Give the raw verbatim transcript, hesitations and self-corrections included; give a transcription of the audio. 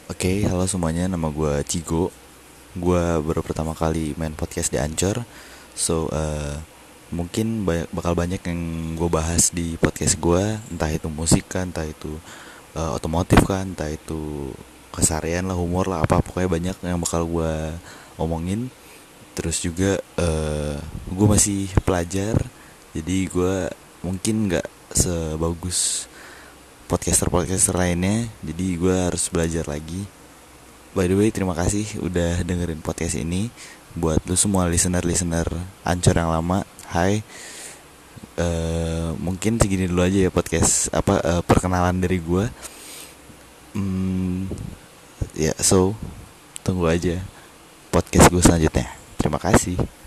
Oke, halo semuanya, nama gue Cigo. Gue baru pertama kali main podcast di Anchor. So, uh, mungkin ba- bakal banyak yang gue bahas di podcast gue. Entah itu musik kan, entah itu uh, otomotif kan, entah itu keseharian lah, humor lah, apa pokoknya banyak yang bakal gue omongin. Terus juga uh, gue masih pelajar, jadi gue mungkin nggak sebagus podcaster-podcaster lainnya. Jadi gue harus belajar lagi. By the way, terima kasih udah dengerin podcast ini. Buat lu semua listener-listener Ancor yang lama, hai. Eh mungkin segini dulu aja ya podcast apa eh, perkenalan dari gue. Hmm, ya, so tunggu aja podcast gue selanjutnya. Terima kasih.